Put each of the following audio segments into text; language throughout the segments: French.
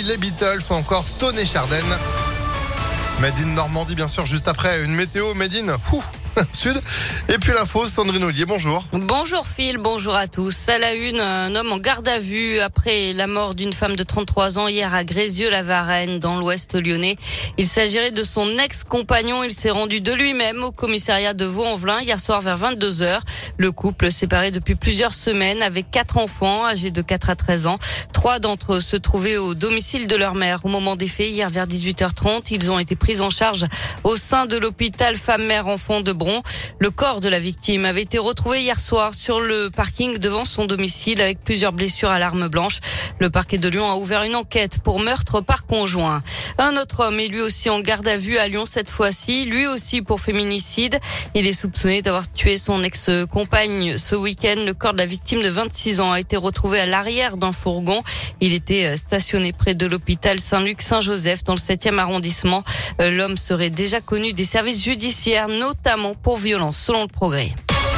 les Beatles ou encore Stone et Chardin. Made in Normandie, bien sûr, juste après une météo Made in Sud. Et puis l'info, Sandrine Ollier, bonjour. Bonjour Phil, bonjour à tous. À la une, un homme en garde à vue après la mort d'une femme de 33 ans hier à Grézieux-la-Varenne, dans l'ouest lyonnais. Il s'agirait de son ex-compagnon. Il s'est rendu de lui-même au commissariat de Vaux-en-Velin hier soir vers 22h. Le couple séparé depuis plusieurs semaines avec 4 enfants âgés de 4 à 13 ans. 3 d'entre eux se trouvaient au domicile de leur mère au moment des faits. Hier vers 18h30, ils ont été pris en charge au sein de l'hôpital femme-mère-enfant de Bron. Le corps de la victime avait été retrouvé hier soir sur le parking devant son domicile avec plusieurs blessures à l'arme blanche. Le parquet de Lyon a ouvert une enquête pour meurtre par conjoint. Un autre homme est lui aussi en garde à vue à Lyon cette fois-ci, lui aussi pour féminicide. Il est soupçonné d'avoir tué son ex-compagne ce week-end. Le corps de la victime de 26 ans a été retrouvé à l'arrière d'un fourgon. Il était stationné près de l'hôpital Saint-Luc-Saint-Joseph dans le 7e arrondissement. L'homme serait déjà connu des services judiciaires, notamment pour violence, selon le Progrès.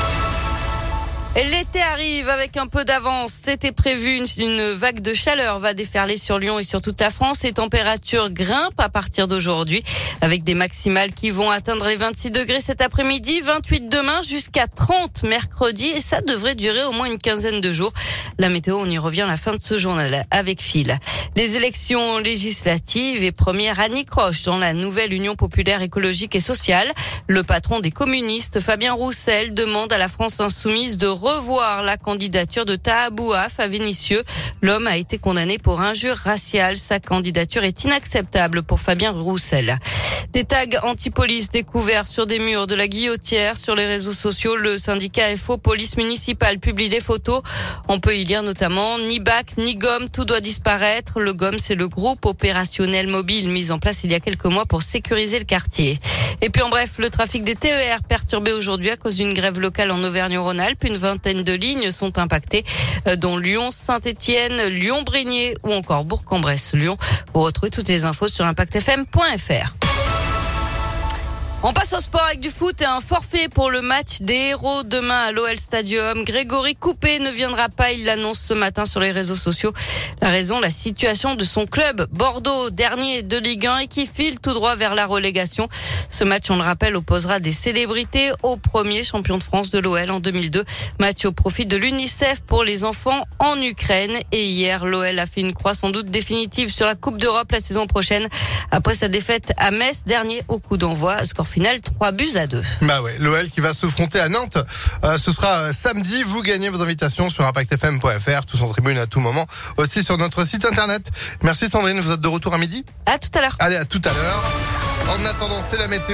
Et l'été arrive avec un peu d'avance. C'était prévu, une vague de chaleur va déferler sur Lyon et sur toute la France. Les températures grimpent à partir d'aujourd'hui avec des maximales qui vont atteindre les 26 degrés cet après-midi, 28 demain jusqu'à 30 mercredi et ça devrait durer au moins une quinzaine de jours. La météo, on y revient à la fin de ce journal avec Phil. Les élections législatives et première anicroche dans la nouvelle Union populaire écologique et sociale. Le patron des communistes, Fabien Roussel, demande à la France insoumise de revoir la candidature de Taha Bouaf à Vénissieux. L'homme a été condamné pour injure raciale. Sa candidature est inacceptable pour Fabien Roussel. Des tags anti-police découverts sur des murs de la Guillotière. Sur les réseaux sociaux, le syndicat FO Police Municipale publie des photos. On peut y lire notamment « Ni bac, ni gomme, tout doit disparaître ». Le GOM, c'est le groupe opérationnel mobile mis en place il y a quelques mois pour sécuriser le quartier. Et puis en bref, le trafic des TER perturbé aujourd'hui à cause d'une grève locale en Auvergne-Rhône-Alpes. Une vingtaine de lignes sont impactées, dont Lyon, Saint-Étienne, Lyon-Brigné ou encore Bourg-en-Bresse-Lyon. Vous retrouvez toutes les infos sur impactfm.fr. On passe au sport avec du foot et un forfait pour le match des héros demain à l'OL Stadium. Grégory Coupé ne viendra pas, il l'annonce ce matin sur les réseaux sociaux. La raison, la situation de son club, Bordeaux, dernier de Ligue 1 et qui file tout droit vers la relégation. Ce match, on le rappelle, opposera des célébrités au premier champion de France de l'OL en 2002. Match au profit de l'UNICEF pour les enfants en Ukraine. Et hier, l'OL a fait une croix sans doute définitive sur la Coupe d'Europe la saison prochaine après sa défaite à Metz, dernier au coup d'envoi. Score final 3-2. Bah ouais, l'OL qui va se fronter à Nantes. Ce sera samedi. Vous gagnez vos invitations sur impactfm.fr, tous en tribune à tout moment, aussi sur notre site internet. Merci Sandrine, vous êtes de retour à midi? À tout à l'heure. Allez, à tout à l'heure. En attendant, c'est la météo.